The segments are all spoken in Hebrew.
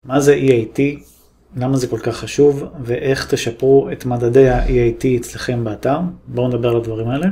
מה זה EAT, למה זה כל כך חשוב, ואיך תשפרו את מדדי ה-EAT אצלכם באתר. בואו נדבר על הדברים האלה.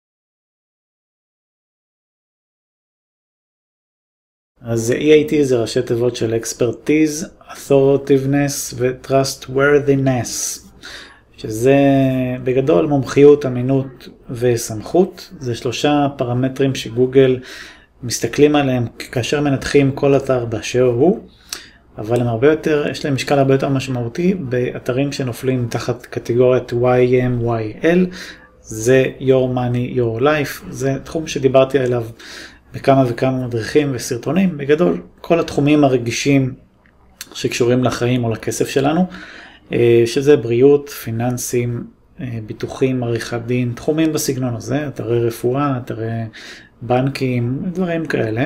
אז EAT זה ראשי תיבות של Expertise, Authoritativeness ו-Trustworthiness, שזה בגדול מומחיות, אמינות וסמכות. זה 3 פרמטרים שגוגל מסתכלים עליהם כאשר מנתחים כל אתר באשר הוא, אבל הם הרבה יותר, יש להם משקל הרבה יותר משמעותי באתרים שנופלים תחת קטגוריית YMYL, זה Your Money, Your Life, זה תחום שדיברתי עליו בכמה וכמה מדריכים וסרטונים. בגדול, כל התחומים הרגישים שקשורים לחיים או לכסף שלנו, שזה בריאות, פיננסים, ביטוחים, עריכת דין, תחומים בסגנון הזה, אתרי רפואה, אתרי בנקים, דברים כאלה.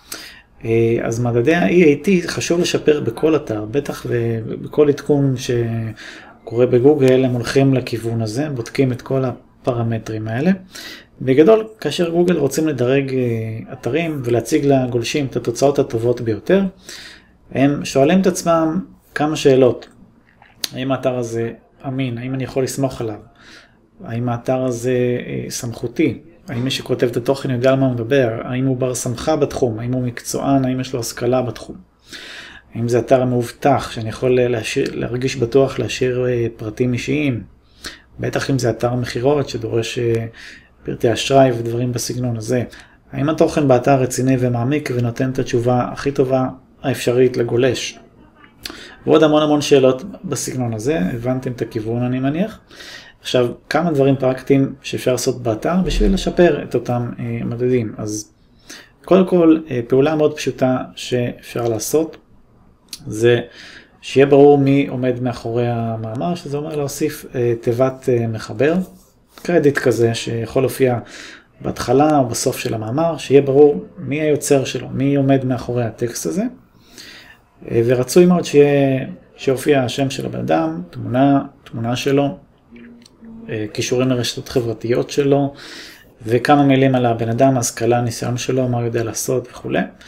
אז מדדי ה-EAT חשוב לשפר בכל אתר, בטח ובכל עדכון שקורה בגוגל, הם הולכים לכיוון הזה, בודקים את כל הפרמטרים האלה. בגדול, כאשר גוגל רוצים לדרג אתרים ולהציג לגולשים את התוצאות הטובות ביותר, הם שואלים את עצמם כמה שאלות. האם האתר הזה אמין? האם אני יכול לסמוך עליו? האם האתר הזה סמכותי? האם מי שכותב את התוכן יודע על מה הוא מדבר? האם הוא בר סמכה בתחום? האם הוא מקצוען? האם יש לו השכלה בתחום? האם זה אתר מאובטח שאני יכול להרגיש בטוח להשאיר פרטים אישיים? בטח אם זה אתר מחירות שדורש פרטי אשראי ודברים בסגנון הזה. האם התוכן באתר רציני ומעמיק ונותן את התשובה הכי טובה האפשרית לגולש? ועוד המון שאלות בסגנון הזה. הבנתם את הכיוון, אני מניח. עכשיו, כמה דברים פרקטיים שאפשר לעשות באתר בשביל לשפר את אותם מדדים. אז קודם כל, פעולה מאוד פשוטה שאפשר לעשות, זה שיהיה ברור מי עומד מאחורי המאמר, שזה אומר להוסיף תיבת מחבר, קרדיט כזה שיכול להופיע בהתחלה או בסוף של המאמר, שיהיה ברור מי היוצר שלו, מי עומד מאחורי הטקסט הזה. ורצוי מאוד שיופיע השם של הבן אדם, תמונה שלו, קישורים לרשתות חברתיות שלו, וכמה מילים על הבן אדם, השכלה, הניסיון שלו, מה הוא יודע לעשות וכו'.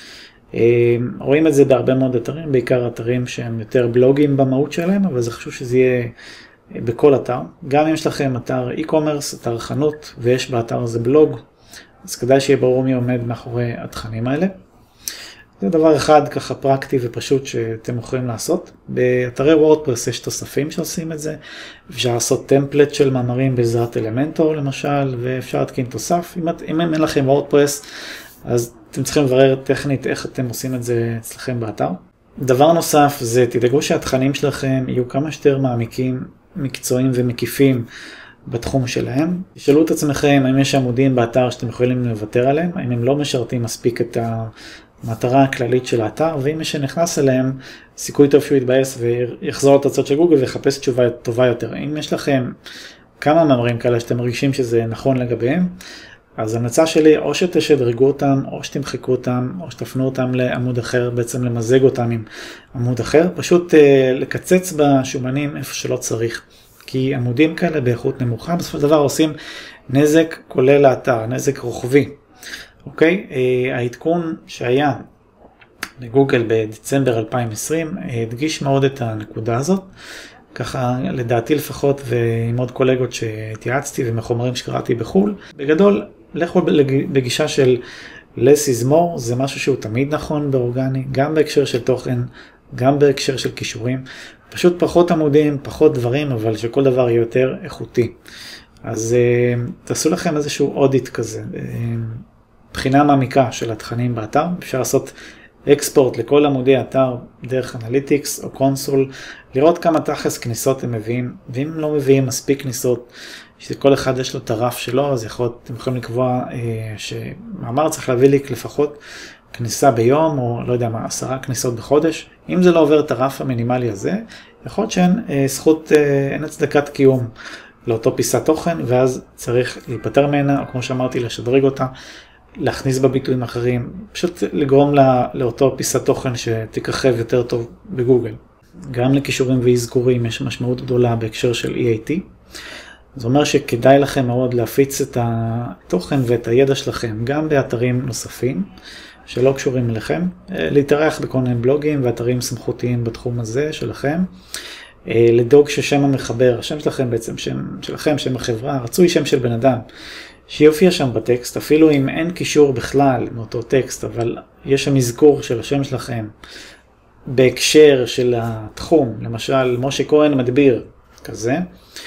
רואים את זה בהרבה מאוד אתרים, בעיקר אתרים שהם יותר בלוגים במהות שלהם, אבל זה חשוב שזה יהיה בכל אתר. גם אם יש לכם אתר e-commerce, אתר חנות, ויש באתר הזה בלוג, אז כדאי שיהיה ברור מי עומד מאחורי התכנים האלה. זה דבר אחד ככה פרקטי ופשוט שאתם יכולים לעשות. באתרי וורדפרס יש תוספים שעושים את זה. אפשר לעשות טמפלט של מאמרים בעזרת אלמנטור למשל, ואפשר להתקין תוסף. אם אין לכם וורדפרס, אז אתם צריכים לברר טכנית איך אתם עושים את זה אצלכם באתר. דבר נוסף זה תדאגו שהתכנים שלכם יהיו כמה שיותר מעמיקים, מקצועיים ומקיפים בתחום שלהם. תשאלו את עצמכם האם יש עמודים באתר שאתם יכולים לוותר עליהם, האם הם לא משרתים מספיק את המטרה הכללית של האתר, ואם מי שנכנס אליהם, סיכוי טוב שהוא יתבאס ויחזור לתוצאות של גוגל ויחפש תשובה טובה יותר. אם יש לכם כמה מאמרים כאלה שאתם מרגישים שזה נכון לגביהם, אז ההמלצה שלי, או שתשדרגו אותם, או שתמחקו אותם, או שתפנו אותם לעמוד אחר, בעצם למזג אותם עם עמוד אחר, פשוט לקצץ בשומנים איפה שלא צריך. כי עמודים כאלה באיכות נמוכה, בסופו של דבר עושים נזק כולל לאתר, נזק רוחבי. אוקיי? העדכון שהיה בגוגל בדצמבר 2020, הדגיש מאוד את הנקודה הזאת. ככה לדעתי לפחות ועם עוד קולגות שהתייעצתי ומחומרים שקראתי בחול. בגדול, לכו בגישה של less is more, זה משהו שהוא תמיד נכון באורגני, גם בהקשר של תוכן, גם בהקשר של קישורים. פשוט פחות עמודים, פחות דברים, אבל שכל דבר יהיה יותר איכותי. אז תעשו לכם איזשהו אודיט כזה, בחינה מעמיקה של התכנים באתר. אפשר לעשות אקספורט לכל עמודי האתר דרך אנליטיקס או קונסול, לראות כמה תכלס כניסות הם מביאים, ואם הם לא מביאים מספיק כניסות, שכל אחד יש לו את הרף שלו, אז אתם יכולים לקבוע שמאמר צריך להביא לי לפחות כניסה ביום, או לא יודע מה, 10 כניסות בחודש. אם זה לא עובר את הרף המינימלי הזה, יכול להיות שאין הצדקת קיום לאותו פיסת תוכן, ואז צריך להיפטר ממנה, או כמו שאמרתי, לשדרג אותה, להכניס בה ביטויים אחרים, פשוט לגרום לאותו פיסת תוכן שתככב יותר טוב בגוגל. גם לקישורים ואזכורים יש משמעות גדולה בהקשר של EAT. זה אומר שכדאי לכם מאוד להפיץ את התוכן ואת הידע שלכם גם באתרים נוספים, שלא קשורים אליכם, להתארח בכל מיני בלוגים ואתרים סמכותיים בתחום הזה שלכם, לדאוג ששם המחבר, השם שלכם בעצם, שם שלכם, שם החברה, רצוי שם של בן אדם, שיופיע שם בטקסט, אפילו אם אין קישור בכלל מאותו טקסט, אבל יש שם אזכור של השם שלכם, בהקשר של התחום, למשל משה כהן מדביר, כזה.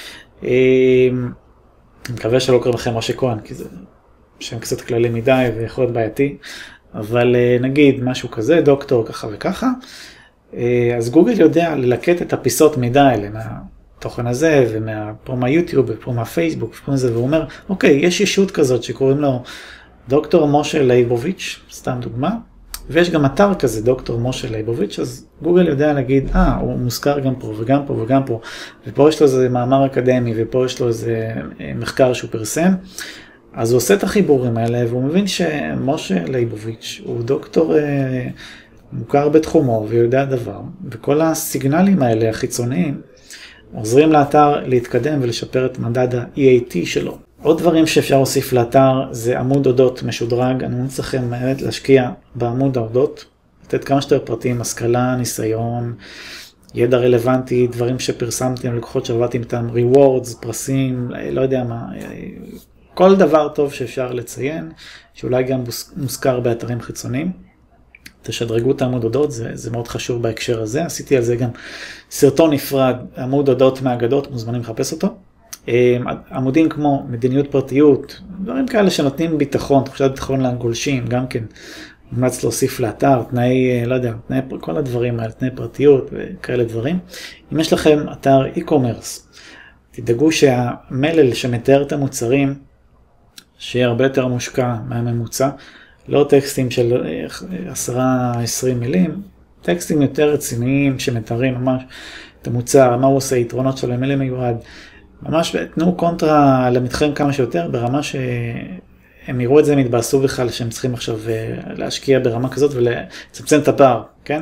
אני מקווה שלא קוראים לכם משה כהן, כי זה שם קצת כללי מדי ויכול להיות בעייתי, אבל נגיד משהו כזה, דוקטור ככה וככה, אז גוגל יודע ללקט את הפיסות מידע האלה מהתוכן הזה, ופה מהיוטיוב, ופה מהפייסבוק, ופה מזה, והוא אומר, אוקיי, יש ישות כזאת שקוראים לו דוקטור משה ליבוביץ', סתם דוגמה, ויש גם אתר כזה, דוקטור משה ליבוביץ', אז גוגל יודע להגיד, הוא מוזכר גם פה וגם פה וגם פה, ופה יש לו איזה מאמר אקדמי, ופה יש לו איזה מחקר שהוא פרסם, אז הוא עושה את החיבורים האלה, והוא מבין שמשה ליבוביץ' הוא דוקטור מוכר בתחומו, ויודע דבר, וכל הסיגנלים האלה החיצוניים, עוזרים לאתר להתקדם ולשפר את מדד ה-EAT שלו. עוד דברים שאפשר להוסיף לאתר זה עמוד הודות משודרג. אני ממליץ לכם באמת להשקיע בעמוד ההודות, לתת כמה שיותר פרטים, השכלה, ניסיון, ידע רלוונטי, דברים שפרסמתי, לקוחות שעבדתי איתם, rewards, פרסים, לא יודע מה, כל דבר טוב שאפשר לציין, שאולי גם מוזכר באתרים חיצוניים. תשדרגו את העמוד הודות, זה מאוד חשוב בהקשר הזה. עשיתי על זה גם סרטון נפרד, עמוד הודות מהאגדות, מוזמנים לחפש אותו. עמודים כמו מדיניות פרטיות, דברים כאלה שנותנים ביטחון, תחושת ביטחון לגולשים, גם כן מומלץ להוסיף לאתר, תנאי, לא יודע, כל הדברים האלה, תנאי פרטיות וכאלה דברים. אם יש לכם אתר e-commerce, תדאגו שהמלל שמתאר את המוצרים, שיהיה הרבה יותר מושקע מהממוצע, לא טקסטים של 10-20 מילים, טקסטים יותר רציניים שמתארים ממש את המוצר, מה הוא עושה, יתרונות שלו, מילים מיועד, ממש תנו קונטרה למתחרים כמה שיותר, ברמה שהם יראו את זה, הם יתבאסו בכלל שהם צריכים עכשיו להשקיע ברמה כזאת ולצמצם את הפער, כן?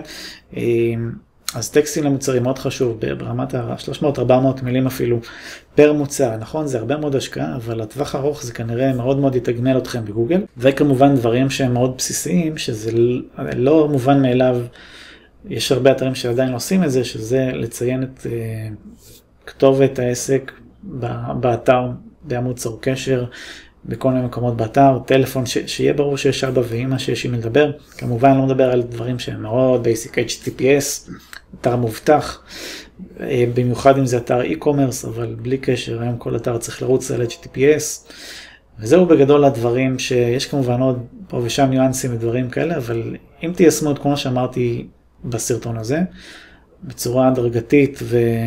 אז טקסטים למוצרים מאוד חשוב, ברמת ה-300-400 מילים אפילו פר מוצר, נכון? זה הרבה מאוד השקעה, אבל לטווח ארוך זה כנראה מאוד מאוד יתגמל אתכם בגוגל, וכמובן דברים שהם מאוד בסיסיים, שזה לא מובן מאליו, יש הרבה אתרים שעדיין לא עושים את זה, שזה לציין את כתובת העסק באתר, בעמוד צור קשר, בכל מיני מקומות באתר, טלפון, שיהיה ברור שיש אבא ואמא שיש עם לדבר. כמובן לא מדבר על דברים שהם מאוד בייסיק, HTTPS, אתר מובטח, במיוחד אם זה אתר e-commerce, אבל בלי קשר, היום כל אתר צריך לרוץ על HTTPS, וזהו בגדול הדברים שיש כמובן עוד פה ושם ניואנסים ודברים כאלה, אבל אם תיישמו את כל מה שאמרתי בסרטון הזה, בצורה הדרגתית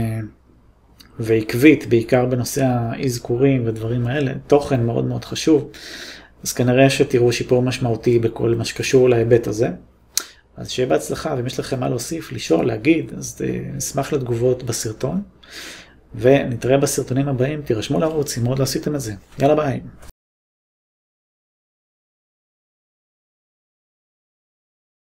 ועקבית, בעיקר בנושא האזכורים ודברים האלה, תוכן מאוד מאוד חשוב, אז כנראה שתראו שיפור משמעותי בכל מה שקשור להיבט הזה. אז שיהיה בהצלחה, ואם יש לכם מה להוסיף, לשאול, להגיד, אז נשמח לתגובות בסרטון, ונתראה בסרטונים הבאים, תירשמו לערוץ אם עוד לא עשיתם את זה. יאללה ביי.